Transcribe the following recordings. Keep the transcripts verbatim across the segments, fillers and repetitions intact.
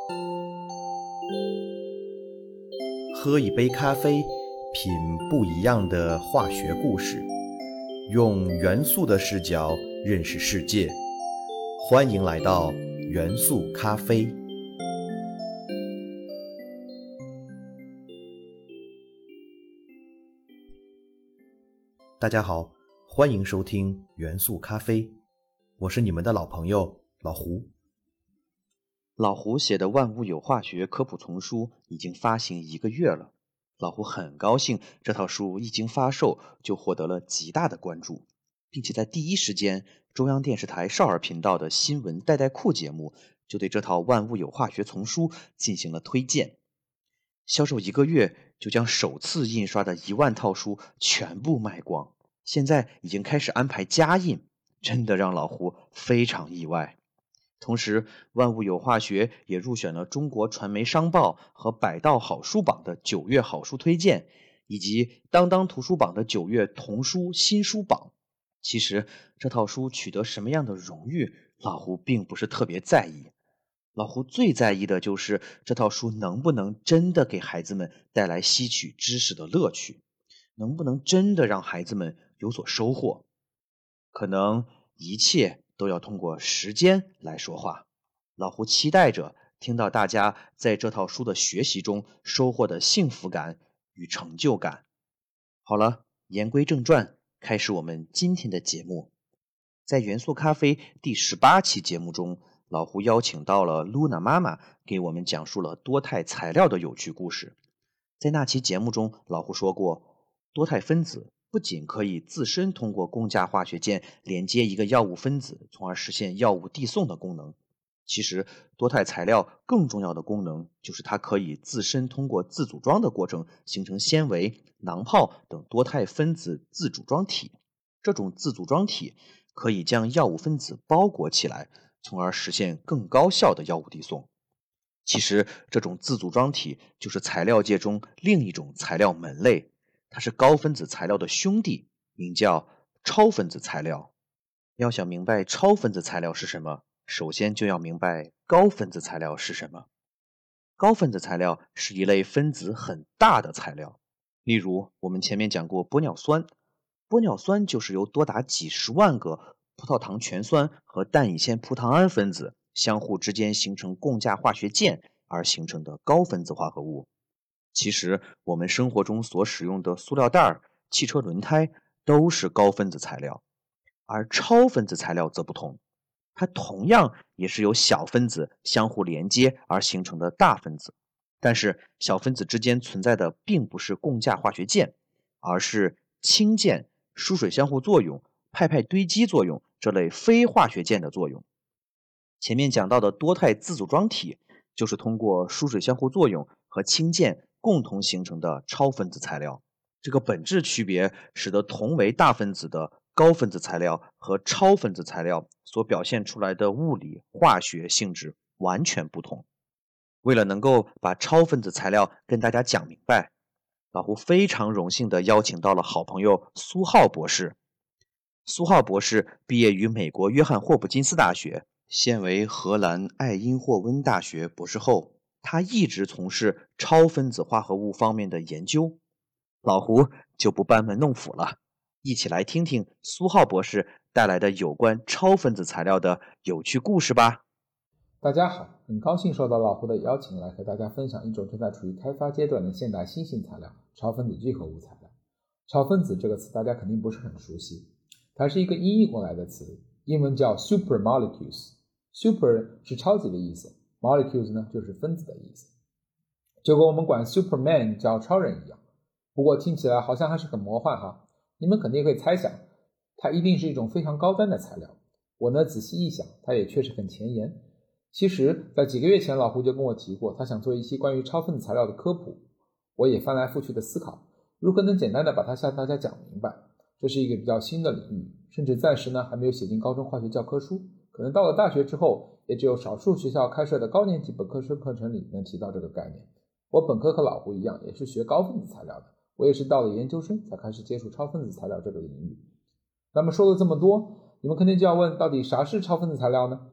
喝一杯咖啡，品不一样的化学故事，用元素的视角认识世界。欢迎来到元素咖啡。大家好，欢迎收听元素咖啡，我是你们的老朋友老胡。 老胡写的《万物有化学》科普丛书已经发行一个月了，老胡很高兴这套书一经发售就获得了极大的关注，并且在第一时间，中央电视台少儿频道的新闻带带库节目就对这套《万物有化学》丛书进行了推荐。销售一个月就将首次印刷的一万套书全部卖光，现在已经开始安排加印，真的让老胡非常意外。同时，万物有化学也入选了中国传媒商报和百道好书榜的九月好书推荐，以及当当图书榜的九月童书新书榜。其实这套书取得什么样的荣誉，老胡并不是特别在意。老胡最在意的就是这套书能不能真的给孩子们带来吸取知识的乐趣，能不能真的让孩子们有所收获。可能一切都要通过时间来说话。老胡期待着听到大家在这套书的学习中收获的幸福感与成就感。好了，言归正传，开始我们今天的节目。在元素咖啡第十八期节目中，老胡邀请到了露娜妈妈给我们讲述了多肽材料的有趣故事。在那期节目中，老胡说过，多肽分子不仅可以自身通过共价化学键连接一个药物分子，从而实现药物递送的功能。其实多肽材料更重要的功能就是它可以自身通过自组装的过程形成纤维、囊泡等多肽分子自组装体。这种自组装体可以将药物分子包裹起来，从而实现更高效的药物递送。其实这种自组装体就是材料界中另一种材料门类，它是高分子材料的兄弟，名叫超分子材料。要想明白超分子材料是什么，首先就要明白高分子材料是什么。高分子材料是一类分子很大的材料，例如我们前面讲过玻尿酸，玻尿酸就是由多达几十万个葡萄糖醛酸和氮乙酰葡糖胺分子相互之间形成共价化学键而形成的高分子化合物。其实我们生活中所使用的塑料袋、汽车轮胎都是高分子材料，而超分子材料则不同，它同样也是由小分子相互连接而形成的大分子，但是小分子之间存在的并不是共价化学键，而是氢键、疏水相互作用、派派堆积作用这类非化学键的作用。前面讲到的多肽自组装体就是通过疏水相互作用和氢键共同形成的超分子材料。这个本质区别使得同为大分子的高分子材料和超分子材料所表现出来的物理化学性质完全不同。为了能够把超分子材料跟大家讲明白，老胡非常荣幸地邀请到了好朋友苏浩博士。苏浩博士毕业于美国约翰霍普金斯大学，现为荷兰爱因霍温大学博士后，他一直从事超分子化合物方面的研究。老胡就不班门弄斧了，一起来听听苏浩博士带来的有关超分子材料的有趣故事吧。 大家好，很高兴受到老胡的邀请，来和大家分享一种正在处于开发阶段的现代新型材料——超分子聚合物材料。超分子这个词大家肯定不是很熟悉，它是一个音译过来的词，英文叫 supermolecules。super 是超级的意思， molecules 呢就是分子的意思，就跟我们管 Superman 叫超人一样。不过听起来好像还是很魔幻哈，你们肯定会猜想它一定是一种非常高端的材料。我呢仔细一想，它也确实很前沿。其实在几个月前，老胡就跟我提过他想做一期关于超分子材料的科普，我也翻来覆去的思考如何能简单的把它向大家讲明白。这是一个比较新的领域，甚至暂时呢还没有写进高中化学教科书，可能到了大学之后也只有少数学校开设的高年级本科生课程里能提到这个概念。我本科和老胡一样也是学高分子材料的，我也是到了研究生才开始接触超分子材料这个领域。那么说了这么多，你们肯定就要问，到底啥是超分子材料呢？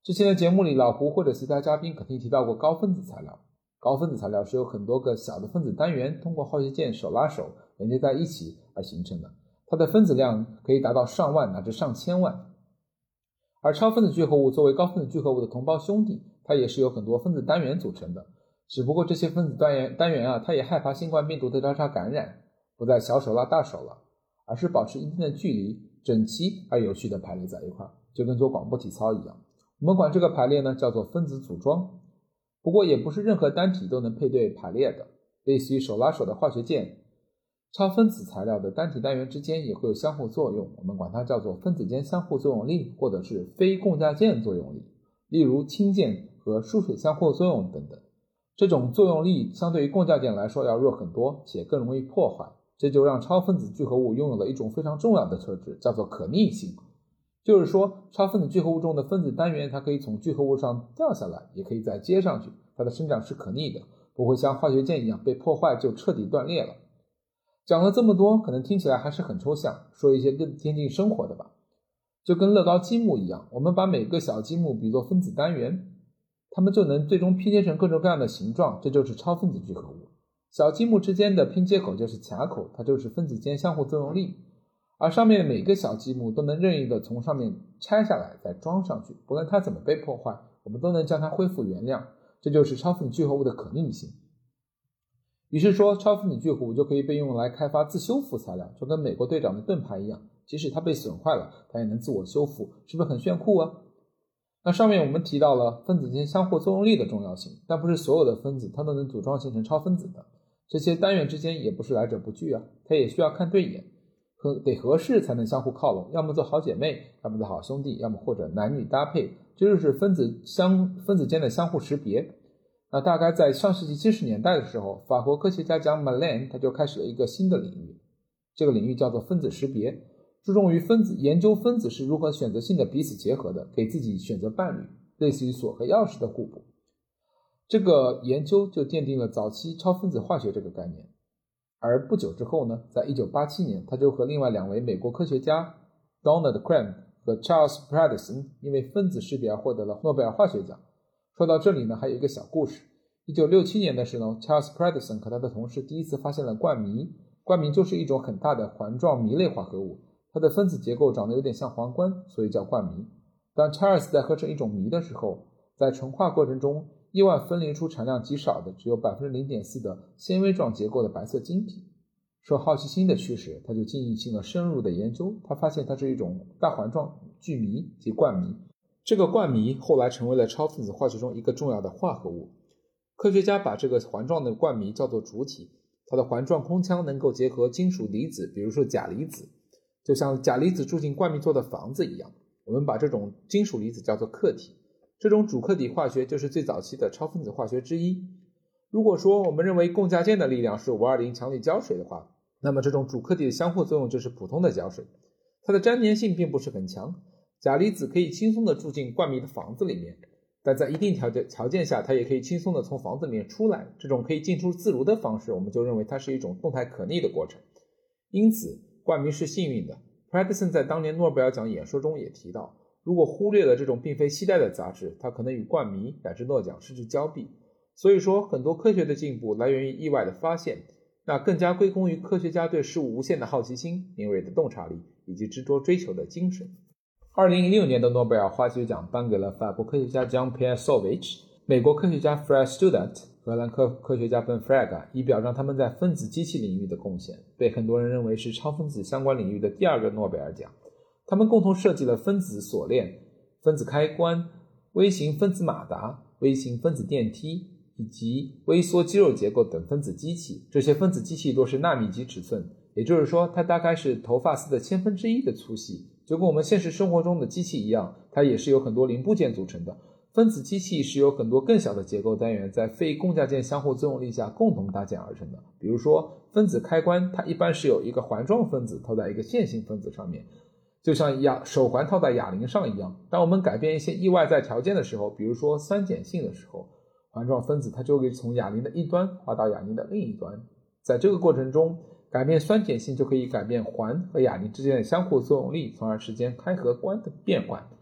之前的节目里，老胡或者其他嘉宾肯定提到过高分子材料。高分子材料是由很多个小的分子单元通过化学键手拉手连接在一起而形成的，它的分子量可以达到上万乃至上千万。而超分子聚合物作为高分子聚合物的同胞兄弟，它也是由很多分子单元组成的，只不过这些分子单元单元啊，它也害怕新冠病毒的交叉感染，不再小手拉大手了，而是保持一定的距离，整齐而有序的排列在一块，就跟做广播体操一样。我们管这个排列呢叫做分子组装。不过也不是任何单体都能配对排列的，类似于手拉手的化学键，超分子材料的单体单元之间也会有相互作用，我们管它叫做分子间相互作用力，或者是非共价键作用力，例如氢键和疏水相互作用等等。这种作用力相对于共价键来说要弱很多，且更容易破坏，这就让超分子聚合物拥有了一种非常重要的特质，叫做可逆性。就是说，超分子聚合物中的分子单元，它可以从聚合物上掉下来，也可以再接上去，它的生长是可逆的，不会像化学键一样被破坏就彻底断裂了。讲了这么多，可能听起来还是很抽象，说一些更贴近生活的吧。就跟乐高积木一样，我们把每个小积木比作分子单元，它们就能最终拼接成各种各样的形状，这就是超分子聚合物。小积木之间的拼接口就是卡口，它就是分子间相互作用力。而上面每个小积木都能任意的从上面拆下来再装上去，不论它怎么被破坏，我们都能将它恢复原样，这就是超分子聚合物的可逆性。于是说，超分子聚合物就可以被用来开发自修复材料，就跟美国队长的盾牌一样，即使它被损坏了，它也能自我修复，是不是很炫酷啊？那上面我们提到了分子间相互作用力的重要性，但不是所有的分子它都能组装形成超分子的，这些单元之间也不是来者不拒啊，它也需要看对眼，和得合适才能相互靠拢，要么做好姐妹，要么做好兄弟，要么或者男女搭配，这就是分子相分子间的相互识别。那大概在上世纪七十年代的时候，法国科学家讲 Malan 他就开始了一个新的领域，这个领域叫做分子识别，注重于分子研究分子是如何选择性的彼此结合的，给自己选择伴侣，类似于锁和钥匙的互补。这个研究就奠定了早期超分子化学这个概念。而不久之后呢，在一九八七年，他就和另外两位美国科学家 Donald Crane 和 Charles Bredesen 因为分子识别而获得了诺贝尔化学奖。说到这里呢，还有一个小故事。一九六七年的时候， Charles Bredesen 和他的同事第一次发现了冠醚。冠醚就是一种很大的环状醚类化合物，它的分子结构长得有点像皇冠，所以叫冠醚。当 Charles 在合成一种醚的时候，在纯化过程中意外分离出产量极少的只有 百分之零点四 的纤维状结构的白色晶体。受好奇心的驱使，他就进行了深入的研究，他发现它是一种大环状聚醚及冠醚。这个冠醚后来成为了超分子化学中一个重要的化合物。科学家把这个环状的冠醚叫做主体，它的环状空腔能够结合金属离子，比如说钾离子，就像钾离子住进冠醚做的房子一样，我们把这种金属离子叫做客体。这种主客体化学就是最早期的超分子化学之一。如果说我们认为共价键的力量是五二零强力胶水的话，那么这种主客体的相互作用就是普通的胶水，它的粘黏性并不是很强，钾离子可以轻松地住进冠醚的房子里面，但在一定条件条件下，它也可以轻松地从房子里面出来。这种可以进出自如的方式，我们就认为它是一种动态可逆的过程。因此，冠醚是幸运的。Bredesen 在当年诺贝尔奖演说中也提到，如果忽略了这种并非期待的杂质，它可能与冠醚乃至诺奖失之交臂。所以说，很多科学的进步来源于意外的发现，那更加归功于科学家对事物无限的好奇心、敏锐的洞察力以及执着追求的精神。二零一六年的诺贝尔化学奖颁给了法国科学家 Jean-Pierre Sauvage、美国科学家 Fred Student、荷兰科科学家 Ben Frege， 以表彰他们在分子机器领域的贡献，被很多人认为是超分子相关领域的第二个诺贝尔奖。他们共同设计了分子锁链、分子开关、微型分子马达、微型分子电梯以及微缩肌肉结构等分子机器。这些分子机器都是纳米级尺寸，也就是说它大概是头发丝的千分之一的粗细，就跟我们现实生活中的机器一样，它也是由很多零部件组成的。分子机器是由很多更小的结构单元在非共价键相互作用力下共同搭建而成的。比如说分子开关，它一般是有一个环状分子套在一个线性分子上面，就像哑手环套在哑铃上一样。当我们改变一些意外在条件的时候，比如说三碱性的时候，环状分子它就会从哑铃的一端滑到哑铃的另一端。在这个过程中，改变酸碱性就可以改变环和哑铃之间的相互作用力，从而实现开和关的变换。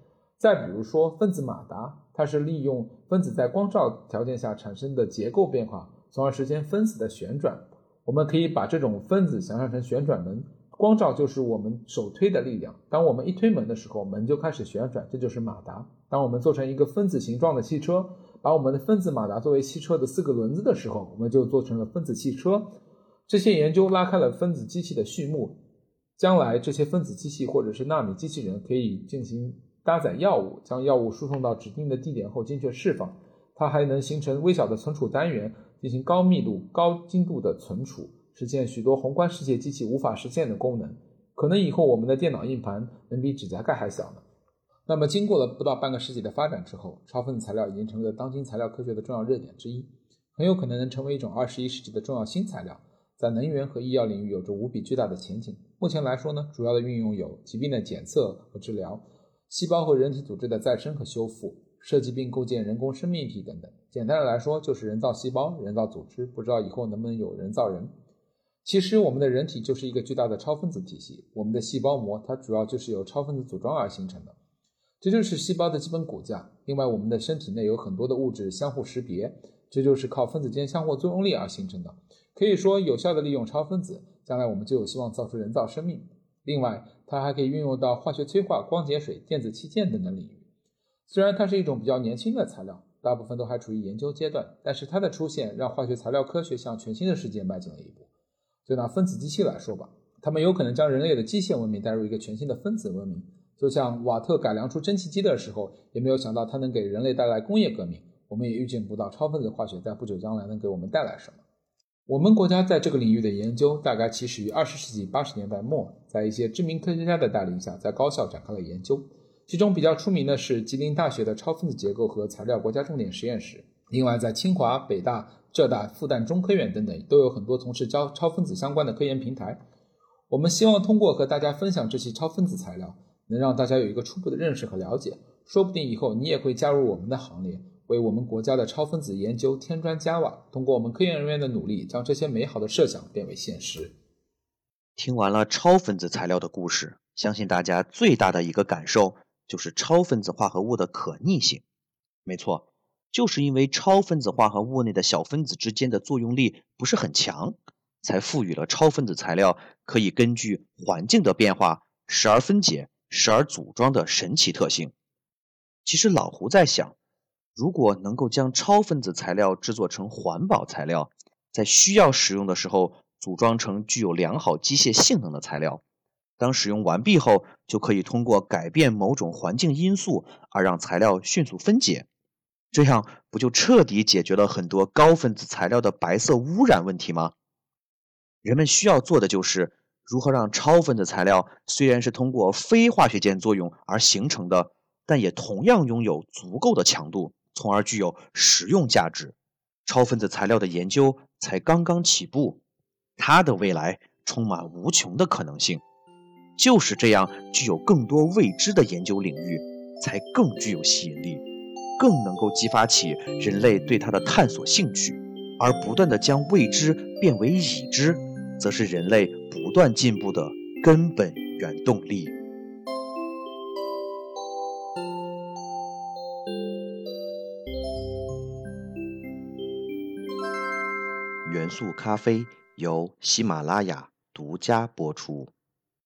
再比如说分子马达，它是利用分子在光照条件下产生的结构变化，从而实现分子的旋转。我们可以把这种分子想象成旋转门，光照就是我们手推的力量，当我们一推门的时候，门就开始旋转，这就是马达。当我们做成一个分子形状的汽车，把我们的分子马达作为汽车的四个轮子的时候，我们就做成了分子汽车。这些研究拉开了分子机器的序幕，将来这些分子机器或者是纳米机器人可以进行搭载药物，将药物输送到指定的地点后精确释放。它还能形成微小的存储单元，进行高密度、高精度的存储，实现许多宏观世界机器无法实现的功能。可能以后我们的电脑硬盘能比指甲盖还小呢。那么经过了不到半个世纪的发展之后，超分子材料已经成为了当今材料科学的重要热点之一，很有可能能成为一种二十一世纪的重要新材料，在能源和医药领域有着无比巨大的前景。目前来说呢，主要的运用有疾病的检测和治疗、细胞和人体组织的再生和修复、设计并构建人工生命体等等。简单的来说，就是人造细胞、人造组织，不知道以后能不能有人造人。其实我们的人体就是一个巨大的超分子体系，我们的细胞膜它主要就是由超分子组装而形成的，这就是细胞的基本骨架。另外，我们的身体内有很多的物质相互识别，这就是靠分子间相互作用力而形成的。可以说，有效地利用超分子，将来我们就有希望造出人造生命。另外，它还可以运用到化学催化、光解水、电子器件等等领域。虽然它是一种比较年轻的材料，大部分都还处于研究阶段，但是它的出现让化学材料科学向全新的世界迈进了一步。就拿分子机器来说吧，它们有可能将人类的机械文明带入一个全新的分子文明。就像瓦特改良出蒸汽机的时候，也没有想到它能给人类带来工业革命，我们也预见不到超分子化学在不久将来能给我们带来什么。我们国家在这个领域的研究大概起始于二十世纪八十年代末，在一些知名科学家的带领下，在高校展开了研究。其中比较出名的是吉林大学的超分子结构和材料国家重点实验室，另外在清华、北大、浙大、复旦中科院等等都有很多从事超超分子相关的科研平台。我们希望通过和大家分享这些超分子材料，能让大家有一个初步的认识和了解，说不定以后你也会加入我们的行列，为我们国家的超分子研究添砖加瓦，通过我们科研人员的努力，将这些美好的设想变为现实。 听完了超分子材料的故事，相信大家最大的一个感受就是超分子化合物的可逆性。没错，就是因为超分子化合物内的小分子之间的作用力不是很强，才赋予了超分子材料可以根据环境的变化时而分解时而组装的神奇特性。其实老胡在想，如果能够将超分子材料制作成环保材料，在需要使用的时候组装成具有良好机械性能的材料，当使用完毕后，就可以通过改变某种环境因素而让材料迅速分解，这样不就彻底解决了很多高分子材料的白色污染问题吗？人们需要做的就是如何让超分子材料虽然是通过非化学键作用而形成的，但也同样拥有足够的强度，从而具有实用价值。超分子材料的研究才刚刚起步，它的未来充满无穷的可能性。就是这样具有更多未知的研究领域，才更具有吸引力，更能够激发起人类对它的探索兴趣，而不断地将未知变为已知，则是人类不断进步的根本原动力。元素咖啡由喜马拉雅独家播出。